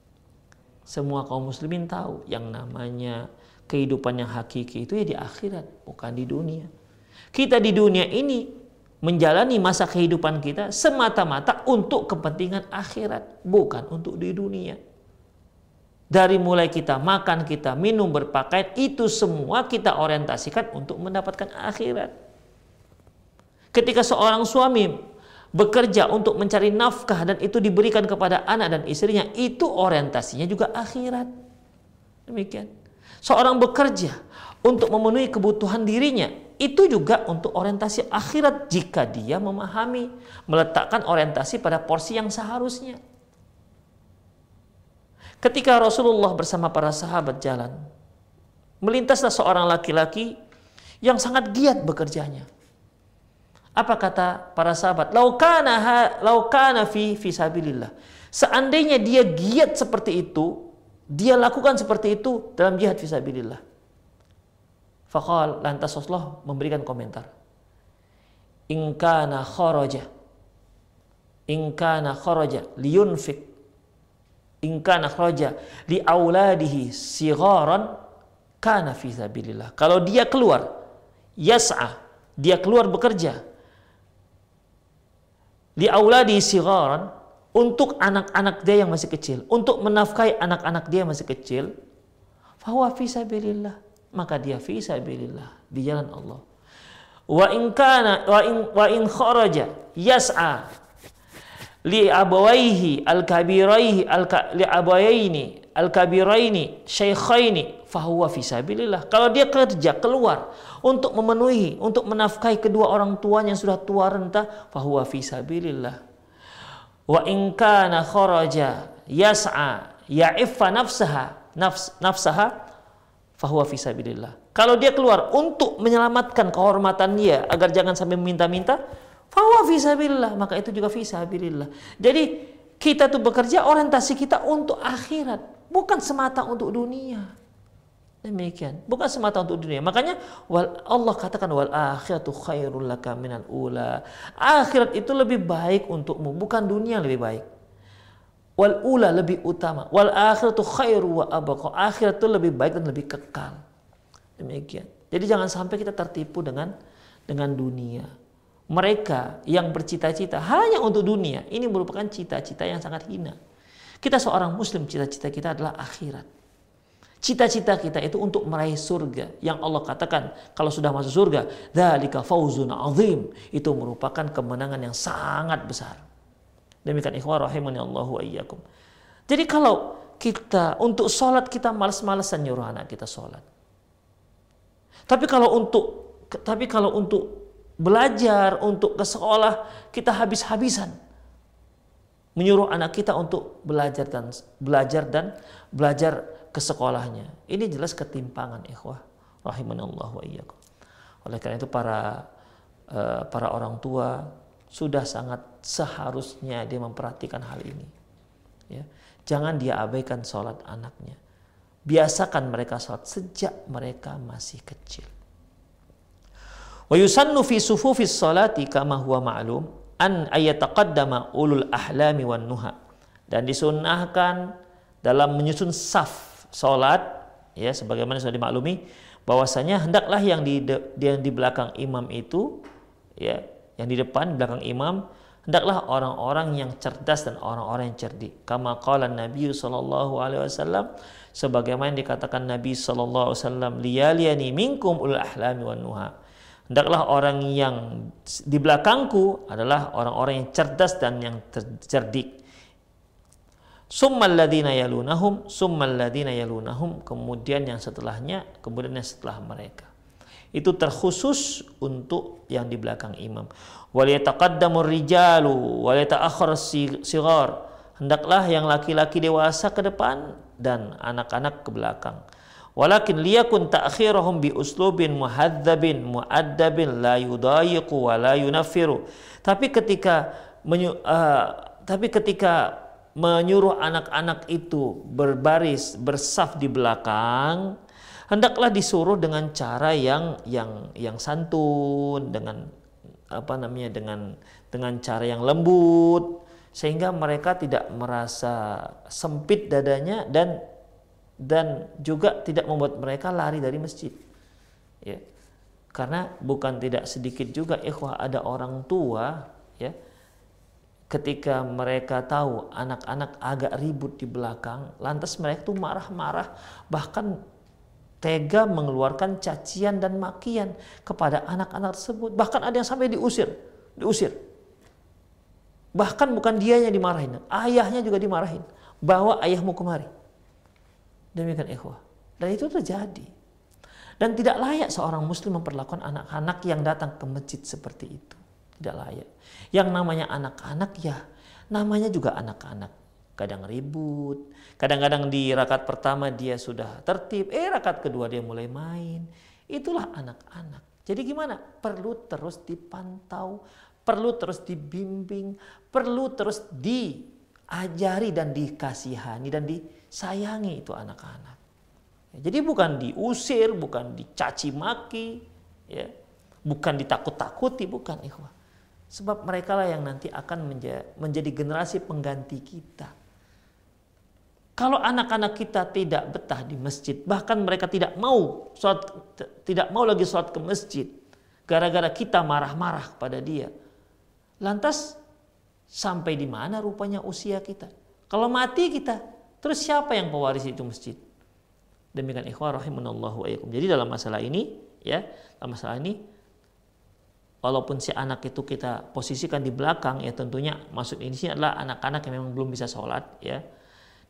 Semua kaum muslimin tahu yang namanya kehidupan yang hakiki itu ya di akhirat, bukan di dunia. Kita di dunia ini menjalani masa kehidupan kita semata-mata untuk kepentingan akhirat, bukan untuk di dunia. Dari mulai kita makan, kita minum, berpakaian, itu semua kita orientasikan untuk mendapatkan akhirat. Ketika seorang suami bekerja untuk mencari nafkah dan itu diberikan kepada anak dan istrinya, itu orientasinya juga akhirat. Demikian. Seorang bekerja untuk memenuhi kebutuhan dirinya, itu juga untuk orientasi akhirat jika dia memahami, meletakkan orientasi pada porsi yang seharusnya. Ketika Rasulullah bersama para sahabat jalan, melintaslah seorang laki-laki yang sangat giat bekerjanya. Apa kata para sahabat? Laukana laukana fi fisabilillah. Seandainya dia giat seperti itu, dia lakukan seperti itu dalam jihad fisabilillah. Faqal, lantas Rasulullah memberikan komentar. In kana kharaja in kana kharaja liyunfik in kana kharaja li auladihi sigharan kana fi sabilillah. Kalau dia keluar yas'a, dia keluar bekerja li auladihi sigharan, untuk anak-anak dia yang masih kecil, untuk menafkahi anak-anak dia yang masih kecil, fahuwa fi sabilillah, maka dia fi sabilillah, di jalan Allah. Wa in kana wa in wa in kharaja yas'a li abawaihi al-kabiraihi al li abawaini al-kabiraini syaikhaini fahuwa fisabilillah. Kalau dia kerja keluar untuk memenuhi, untuk menafkahi kedua orang tuanya yang sudah tua renta, fahuwa fisabilillah. Wa in kana kharaja yas'a ya'iffa nafsaha nafs nafsaha fahuwa fisabilillah. Kalau dia keluar untuk menyelamatkan kehormatan dia agar jangan sampai meminta-minta, fahuwa fisabilillah, maka itu juga fisabilillah. Jadi kita tuh bekerja, orientasi kita untuk akhirat, bukan semata untuk dunia. Demikian, bukan semata untuk dunia. Makanya wal, Allah katakan wal akhiratu khairul laka minal ula. Akhirat itu lebih baik untukmu, bukan dunia lebih baik. Wal ula lebih utama. Wal akhiratu khairu wa abqa. Akhirat itu lebih baik dan lebih kekal. Demikian. Jadi jangan sampai kita tertipu dengan dengan dunia. Mereka yang bercita-cita hanya untuk dunia, ini merupakan cita-cita yang sangat hina. Kita seorang muslim, cita-cita kita adalah akhirat. Cita-cita kita itu untuk meraih surga, yang Allah katakan kalau sudah masuk surga, dzalika fauzun azim, itu merupakan kemenangan yang sangat besar. Demikian ikhwah rahimani Allah wa iyyakum. Jadi kalau kita untuk sholat kita malas-malasan nyuruh anak kita sholat. Tapi kalau untuk tapi kalau untuk belajar, untuk ke sekolah, kita habis-habisan menyuruh anak kita untuk belajar dan belajar dan belajar ke sekolahnya. Ini jelas ketimpangan, ikhwah rahimanallah wa iyyakum. Oleh karena itu para uh, para orang tua sudah sangat seharusnya dia memperhatikan hal ini. Ya. Jangan dia abaikan sholat anaknya. Biasakan mereka sholat sejak mereka masih kecil. Wa yusannu fi sufufis salati kama huwa ma'lum an ayataqaddama ulul ahlami wan nuha. Dan disunnahkan dalam menyusun saf salat, ya, sebagaimana sudah dimaklumi bahwasanya hendaklah yang di yang di belakang imam itu, ya, yang di depan belakang imam hendaklah orang-orang yang cerdas dan orang-orang yang cerdik. Kama qala Nabi sallallahu alaihi wasallam, sebagaimana dikatakan Nabi sallallahu alaihi wasallam, liyaliyani minkum ulul ahlami wan nuha. Hendaklah orang yang di belakangku adalah orang-orang yang cerdas dan yang cerdik. Summal ladzina yalunahum, summal ladzina yalunahum, kemudian yang setelahnya, kemudian yang setelah mereka. Itu terkhusus untuk yang di belakang imam. Wal yataqaddamur rijalu wal yata'akhkharus sighar. Hendaklah yang laki-laki dewasa ke depan dan anak-anak ke belakang. Walakin liyakun ta'khirahum bi uslubin muhadzabin muaddabin la yudayiqu wa la yunaffiru. Tapi ketika menyu, uh, tapi ketika menyuruh anak-anak itu berbaris bersaf di belakang, hendaklah disuruh dengan cara yang yang yang santun, dengan apa namanya dengan dengan cara yang lembut, sehingga mereka tidak merasa sempit dadanya dan dan juga tidak membuat mereka lari dari masjid, ya. Karena bukan tidak sedikit juga ikhwah ada orang tua, ya, ketika mereka tahu anak-anak agak ribut di belakang, lantas mereka tuh marah-marah, bahkan tega mengeluarkan cacian dan makian kepada anak-anak tersebut. Bahkan ada yang sampai diusir, diusir. Bahkan bukan dia yang dimarahin, ayahnya juga dimarahin. Bawa ayahmu kemari. Demikian ikhwah. Dan itu terjadi. Dan tidak layak seorang muslim memperlakukan anak-anak yang datang ke masjid seperti itu. Tidak layak. Yang namanya anak-anak ya, namanya juga anak-anak. Kadang ribut, kadang-kadang di rakaat pertama dia sudah tertib, eh rakaat kedua dia mulai main. Itulah anak-anak. Jadi gimana? Perlu terus dipantau, perlu terus dibimbing, perlu terus diajari dan dikasihani dan disayangi itu anak-anak. Jadi bukan diusir, bukan dicaci maki, ya, bukan ditakut-takuti, bukan ikhwah. Sebab mereka lah yang nanti akan menjadi, menjadi generasi pengganti kita. Kalau anak-anak kita tidak betah di masjid, bahkan mereka tidak mau sholat, tidak mau lagi sholat ke masjid, gara-gara kita marah-marah pada dia, lantas sampai di mana rupanya usia kita? Kalau mati kita, terus siapa yang pewaris itu masjid? Demikian ikhwah rahimanallahu wa iyyakum. Jadi dalam masalah ini, ya, dalam masalah ini, walaupun si anak itu kita posisikan di belakang, ya tentunya maksud ini sih adalah anak-anak yang memang belum bisa sholat, ya.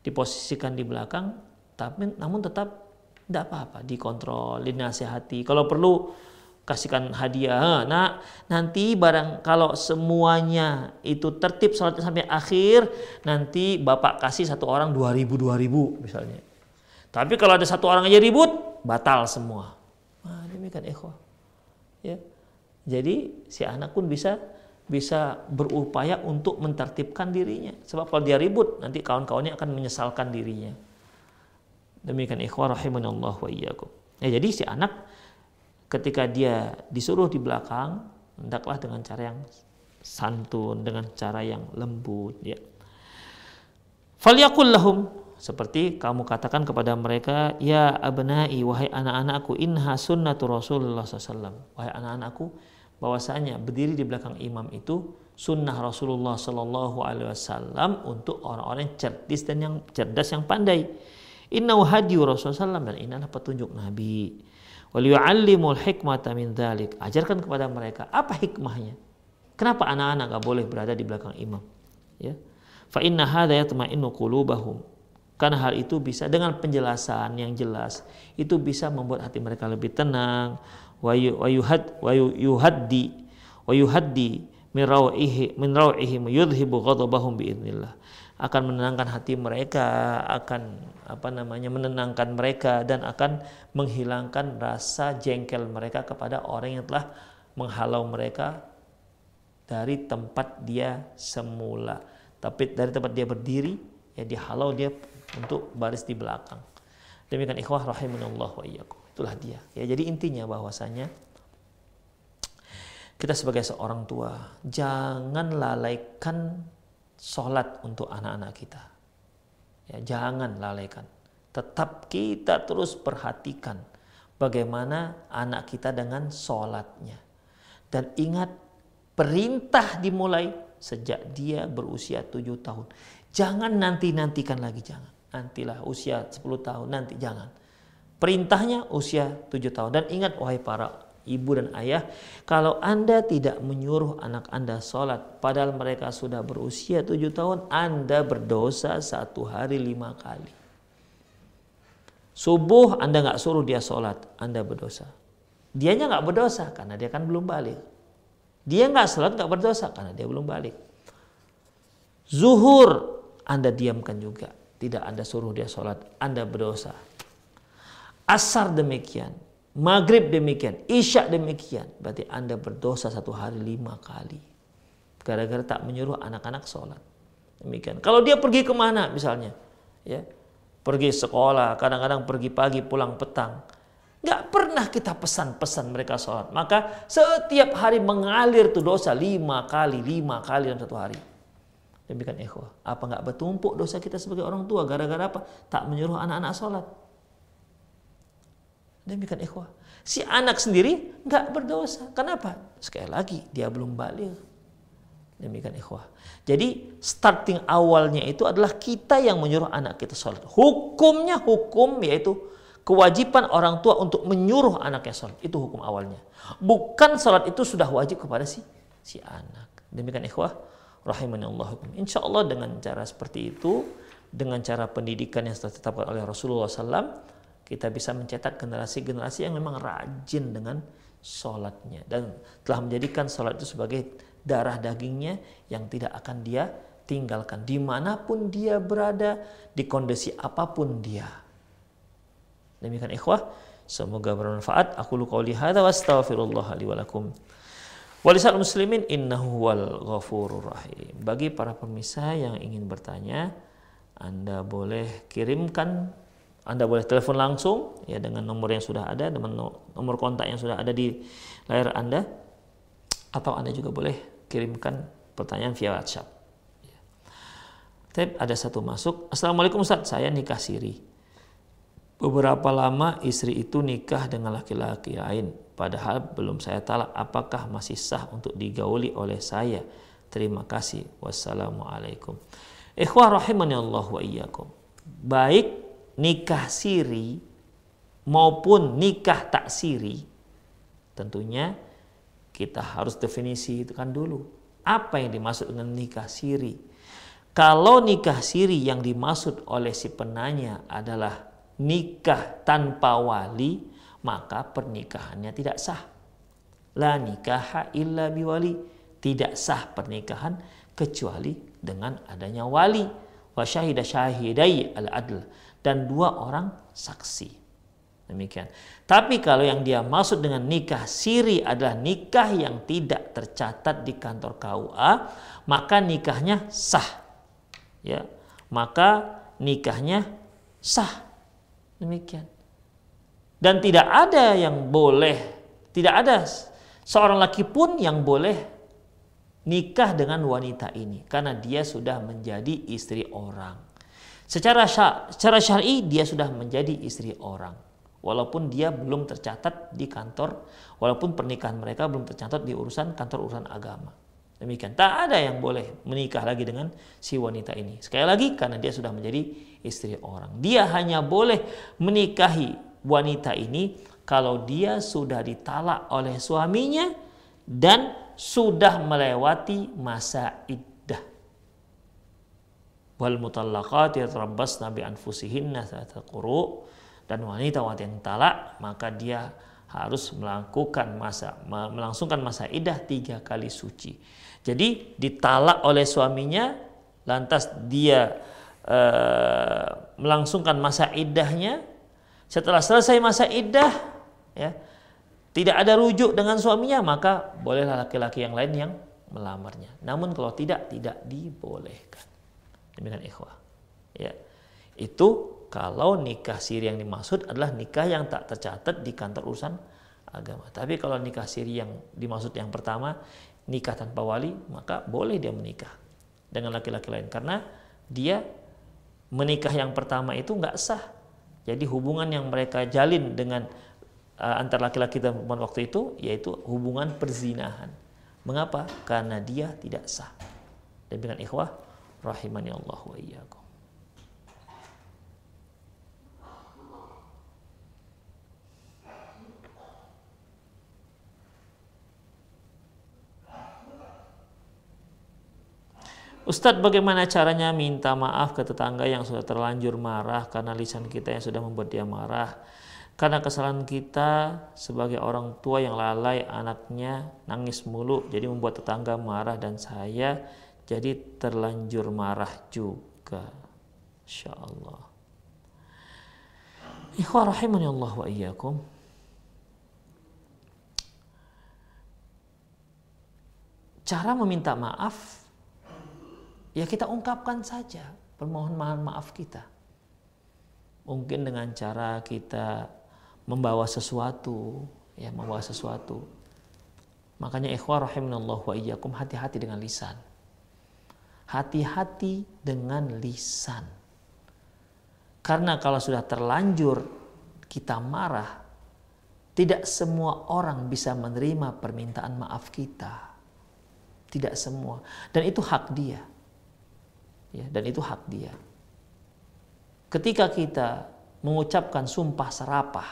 diposisikan di belakang, tapi namun tetap tidak apa-apa, dikontrol, dinasihati. Kalau perlu kasihkan hadiah. Nah, nanti barang kalau semuanya itu tertib sholatnya sampai akhir, nanti bapak kasih satu orang dua ribu dua ribu misalnya. Tapi kalau ada satu orang aja ribut, batal semua. Nah, demikian ikhwah. Ya. Jadi si anak pun bisa bisa berupaya untuk mentertibkan dirinya. Sebab kalau dia ribut, nanti kawan-kawannya akan menyesalkan dirinya. Demikian ikhwah rahimanallah wa iyyakum. Ya, jadi si anak ketika dia disuruh di belakang, hendaklah dengan cara yang santun, dengan cara yang lembut, ya. Falyaqul lahum, seperti kamu katakan kepada mereka, ya abnai, wahai anak-anakku, inha sunnatu Rasulullah sallallahu alaihi wasallam. Wahai anak-anakku, bahwasanya berdiri di belakang imam itu sunnah Rasulullah sallallahu alaihi wasallam untuk orang-orang yang cerdas dan yang cerdas yang pandai. Innahu hadiyu Rasulullah sallallahu alaihi wasallam, dan ini adalah petunjuk Nabi. Wal yu'allimul hikmata min dzalik. Ajarkan kepada mereka apa hikmahnya. Kenapa anak-anak enggak boleh berada di belakang imam? Ya. Fa inna hadza yatma'innu qulubahum. Karena hal itu bisa dengan penjelasan yang jelas, itu bisa membuat hati mereka lebih tenang. Wa yuhad wa yuhaddi wa yuhaddi min rawihi min rawihim yudhibu ghadabahum biidznillah. Akan menenangkan hati mereka, akan apa namanya menenangkan mereka, dan akan menghilangkan rasa jengkel mereka kepada orang yang telah menghalau mereka dari tempat dia semula. Tapi dari tempat dia berdiri, ya dihalau dia untuk baris di belakang. Demikian ikhwah rahimanallah wa iyyakum. Itulah dia. Ya, jadi intinya bahwasanya kita sebagai seorang tua jangan lalaikan sholat untuk anak-anak kita. Ya, jangan lalaikan. Tetap kita terus perhatikan bagaimana anak kita dengan sholatnya. Dan ingat, perintah dimulai sejak dia berusia tujuh tahun. Jangan nanti-nantikan lagi, jangan. Nantilah usia sepuluh tahun, nanti jangan. Perintahnya usia tujuh tahun. Dan ingat wahai para ibu dan ayah, kalau Anda tidak menyuruh anak Anda sholat padahal mereka sudah berusia tujuh tahun, Anda berdosa satu hari lima kali. Subuh Anda nggak suruh dia sholat, Anda berdosa. Dianya nggak berdosa karena dia kan belum balik. Dia nggak sholat nggak berdosa karena dia belum balik. Zuhur Anda diamkan juga, tidak Anda suruh dia sholat, Anda berdosa. Asar demikian, maghrib demikian, isya demikian. Berarti Anda berdosa satu hari lima kali gara-gara tak menyuruh anak-anak sholat. Demikian. Kalau dia pergi kemana misalnya, ya, pergi sekolah, kadang-kadang pergi pagi pulang petang, nggak pernah kita pesan-pesan mereka sholat, maka setiap hari mengalir tuh dosa lima kali, lima kali dalam satu hari. Demikian ikhwah. Apa nggak bertumpuk dosa kita sebagai orang tua gara-gara apa? Tak menyuruh anak-anak sholat. Demikian ikhwah. Si anak sendiri nggak berdosa. Kenapa? Sekali lagi dia belum balik. Demikian ikhwah. Jadi starting awalnya itu adalah kita yang menyuruh anak kita sholat. Hukumnya hukum yaitu kewajiban orang tua untuk menyuruh anaknya sholat. Itu hukum awalnya. Bukan sholat itu sudah wajib kepada si si anak. Demikian ikhwah rahimanallah. Insya Allah dengan cara seperti itu, dengan cara pendidikan yang sudah ditetapkan oleh Rasulullah sallallahu alaihi wasallam, kita bisa mencetak generasi-generasi yang memang rajin dengan sholatnya dan telah menjadikan sholat itu sebagai darah dagingnya yang tidak akan dia tinggalkan dimanapun dia berada, di kondisi apapun dia. Demikian ikhwah, semoga bermanfaat. Aku lu qauli hadza wa astaghfirullah li wa lakum. Walisal muslimin innahu wal ghafurur rahim. Bagi para pemirsa yang ingin bertanya, Anda boleh kirimkan, Anda boleh telepon langsung ya dengan nomor yang sudah ada, dengan nomor kontak yang sudah ada di layar Anda, atau Anda juga boleh kirimkan pertanyaan via WhatsApp. Ya. Tapi ada satu masuk. Assalamualaikum Ustaz, saya nikah siri. Beberapa lama istri itu nikah dengan laki-laki lain, padahal belum saya talak. Apakah masih sah untuk digauli oleh saya? Terima kasih. Wassalamualaikum. Ikhwah rahimani Allah wa iyyakum. Baik nikah siri maupun nikah tak siri, tentunya kita harus definisikan dulu apa yang dimaksud dengan nikah siri. Kalau nikah siri yang dimaksud oleh si penanya adalah nikah tanpa wali, maka pernikahannya tidak sah. La nikaha illa biwali. Tidak sah pernikahan kecuali dengan adanya wali. Wa syahida syahidai al-adl. Dan dua orang saksi. Demikian. Tapi kalau yang dia maksud dengan nikah siri adalah nikah yang tidak tercatat di kantor K U A, maka nikahnya sah. Ya, maka nikahnya sah. Demikian. Dan tidak ada yang boleh, tidak ada seorang laki pun yang boleh nikah dengan wanita ini karena dia sudah menjadi istri orang. Secara syar, secara syar'i dia sudah menjadi istri orang. Walaupun dia belum tercatat di kantor, walaupun pernikahan mereka belum tercatat di urusan kantor urusan agama. Demikian. Tak ada yang boleh menikah lagi dengan si wanita ini. Sekali lagi karena dia sudah menjadi istri orang. Dia hanya boleh menikahi wanita ini kalau dia sudah ditalak oleh suaminya dan sudah melewati masa iddah. Wal mutallaqat yatarabbasna bi anfusihinna thalathata quru'. Dan wanita-wanita yang talak maka dia harus melakukan masa melangsungkan masa iddah tiga kali suci. Jadi ditalak oleh suaminya, lantas dia e, melangsungkan masa iddahnya. Setelah selesai masa iddah, ya, tidak ada rujuk dengan suaminya, maka bolehlah laki-laki yang lain yang melamarnya. Namun kalau tidak, tidak dibolehkan. Demikian ikhwah. Ya, itu kalau nikah siri yang dimaksud adalah nikah yang tak tercatat di kantor urusan agama. Tapi kalau nikah siri yang dimaksud yang pertama, nikah tanpa wali, maka boleh dia menikah dengan laki-laki lain. Karena dia menikah yang pertama itu nggak sah. Jadi hubungan yang mereka jalin dengan uh, antara laki-laki dan perempuan waktu itu, yaitu hubungan perzinahan. Mengapa? Karena dia tidak sah. Demikian ikhwah, rahimani Allah wa iyyakum. Ustadz, bagaimana caranya minta maaf ke tetangga yang sudah terlanjur marah karena lisan kita yang sudah membuat dia marah? Karena kesalahan kita sebagai orang tua yang lalai, anaknya nangis mulu, jadi membuat tetangga marah dan saya jadi terlanjur marah juga. Insya Allah. Ikhwah rahimani Allah wa iyyakum. Cara meminta maaf, ya kita ungkapkan saja permohonan maaf kita. Mungkin dengan cara kita membawa sesuatu, ya membawa sesuatu. Makanya ikhwah rahimanallah wa iyyakum, hati-hati dengan lisan. Hati-hati dengan lisan. Karena kalau sudah terlanjur kita marah, tidak semua orang bisa menerima permintaan maaf kita. Tidak semua. Dan itu hak dia. Ya, dan itu hak dia. Ketika kita mengucapkan sumpah serapah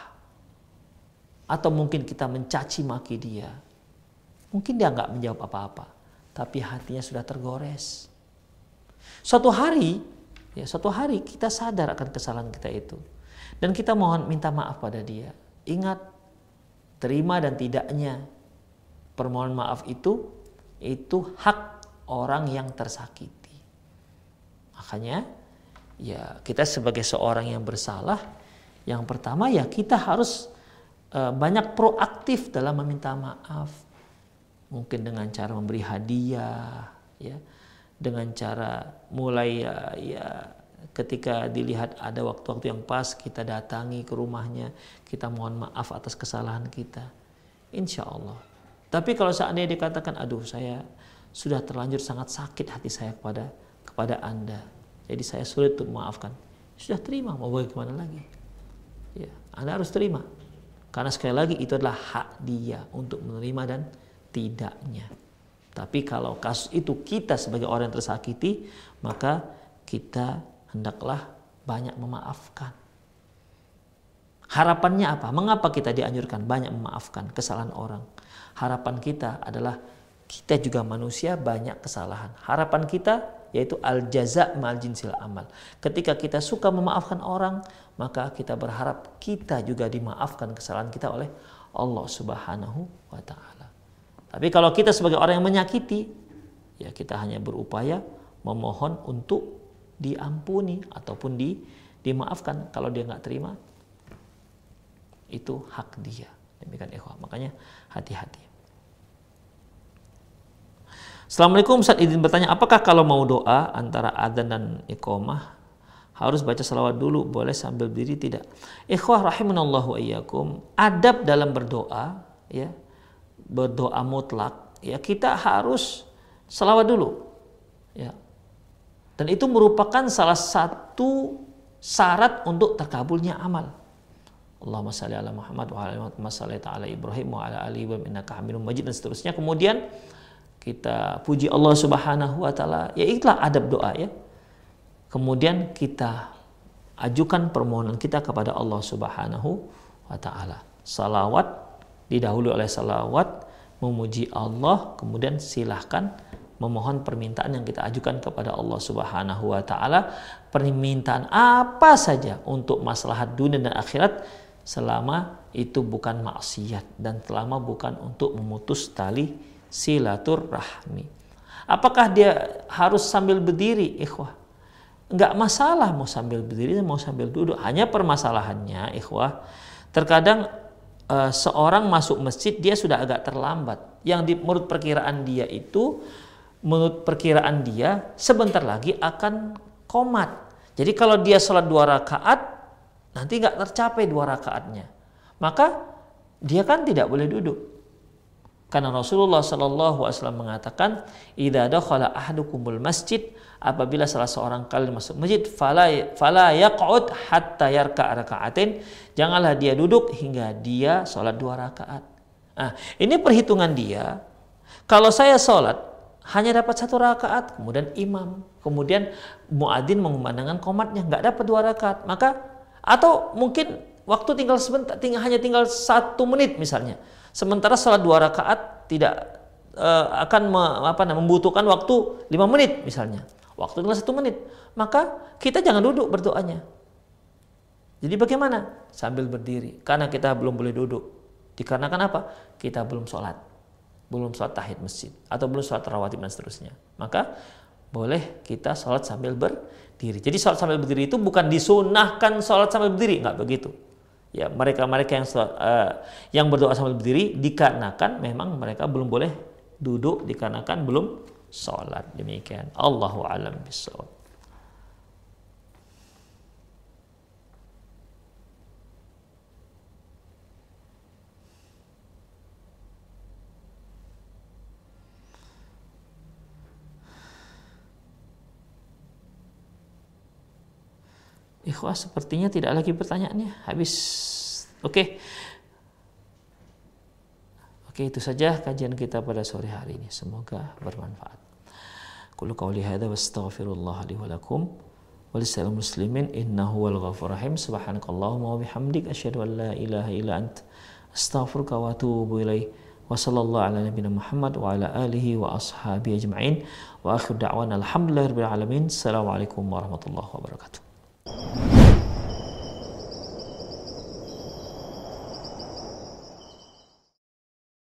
atau mungkin kita mencaci maki dia, mungkin dia nggak menjawab apa-apa, tapi hatinya sudah tergores. Suatu hari, ya suatu hari kita sadar akan kesalahan kita itu dan kita mohon minta maaf pada dia. Ingat, terima dan tidaknya permohonan maaf itu itu hak orang yang tersakiti. Makanya ya kita sebagai seorang yang bersalah, yang pertama ya kita harus uh, banyak proaktif dalam meminta maaf. Mungkin dengan cara memberi hadiah, ya, dengan cara mulai ya, ya ketika dilihat ada waktu-waktu yang pas kita datangi ke rumahnya, kita mohon maaf atas kesalahan kita. Insya Allah. Tapi kalau seandainya dikatakan, aduh saya sudah terlanjur sangat sakit hati saya kepada kepada Anda, jadi saya sulit untuk memaafkan. Sudah terima, mau bagaimana lagi? Ya, Anda harus terima. Karena sekali lagi itu adalah hak dia untuk menerima dan tidaknya. Tapi kalau kasus itu kita sebagai orang yang tersakiti, maka kita hendaklah banyak memaafkan. Harapannya apa? Mengapa kita dianjurkan banyak memaafkan kesalahan orang? Harapan kita adalah kita juga manusia banyak kesalahan. Harapan kita yaitu al-jaza' ma'al jinsil amal. Ketika kita suka memaafkan orang, maka kita berharap kita juga dimaafkan kesalahan kita oleh Allah Subhanahu wa taala. Tapi kalau kita sebagai orang yang menyakiti, ya kita hanya berupaya memohon untuk diampuni ataupun di dimaafkan. Kalau dia nggak terima, itu hak dia. Demikian ikhwah, makanya hati-hati. Assalamualaikum, Ustaz izin bertanya, apakah kalau mau doa antara adzan dan iqamah harus baca salawat dulu, boleh sambil berdiri tidak? Ikhwah rahimanallahu wa iyyakum, adab dalam berdoa, ya, berdoa mutlak, ya kita harus salawat dulu, ya. Dan itu merupakan salah satu syarat untuk terkabulnya amal. Allahumma shalli ala Muhammad wa ala Muhammad shalli ta'ala Ibrahim wa ala ali Ibrahim innaka Hamidum Majid, dan seterusnya. Kemudian kita puji Allah Subhanahu wa taala, ya itulah adab doa, ya. Kemudian kita ajukan permohonan kita kepada Allah Subhanahu wa taala. Salawat didahului oleh salawat, memuji Allah, kemudian silahkan memohon permintaan yang kita ajukan kepada Allah Subhanahu wa taala, permintaan apa saja untuk maslahat dunia dan akhirat, selama itu bukan maksiat dan selama bukan untuk memutus tali silaturahmi. Apakah dia harus sambil berdiri, ikhwah? Enggak masalah mau sambil berdiri mau sambil duduk. Hanya permasalahannya, ikhwah, terkadang uh, seorang masuk masjid dia sudah agak terlambat. Yang di, menurut perkiraan dia itu, menurut perkiraan dia sebentar lagi akan qomat. Jadi kalau dia sholat dua rakaat, nanti nggak tercapai dua rakaatnya, maka dia kan tidak boleh duduk. Karena Rasulullah Shallallahu Alaihi Wasallam mengatakan, "Idza dakhala ahadukumul masjid," apabila salah seorang kalian masuk masjid, fala fala yaq'ud hatta yarka' raka'atin, janganlah dia duduk hingga dia sholat dua rakaat. Nah, ini perhitungan dia. Kalau saya sholat hanya dapat satu rakaat, kemudian imam, kemudian muadzin mengumandangkan qomatnya, nggak dapat dua rakaat, maka atau mungkin waktu tinggal sebentar, tinggal hanya tinggal satu menit misalnya. Sementara sholat dua rakaat tidak uh, akan me, apa, membutuhkan waktu lima menit misalnya. Waktu tinggal satu menit. Maka kita jangan duduk berdoanya. Jadi bagaimana? Sambil berdiri. Karena kita belum boleh duduk. Dikarenakan apa? Kita belum sholat. Belum sholat tahiyat masjid. Atau belum sholat rawatib dan seterusnya. Maka boleh kita sholat sambil berdiri. Jadi sholat sambil berdiri itu bukan disunahkan sholat sambil berdiri. Enggak begitu. Ya, mereka-mereka yang uh, yang berdoa sambil berdiri dikarenakan memang mereka belum boleh duduk, dikarenakan belum sholat. Demikian. Allahu a'lam bishawab. Ikhwah, sepertinya tidak lagi pertanyaannya. Habis. Oke. Okay. Oke, okay, itu saja kajian kita pada sore hari ini. Semoga bermanfaat. Qul qouli hadza wastaghfirullah li wa lakum wa lisal muslimin innahu wal ghafurur rahim. Subhanakallahumma wa bihamdik asyhadu an la ilaha illa ant astaghfiruka wa atubu ilaik. Wa sallallahu ala nabiyina Muhammad wa ala alihi wa ashabihi ajma'in. Wa akhir da'wana alhamdulillahirabbil alamin. Assalamualaikum warahmatullahi wabarakatuh.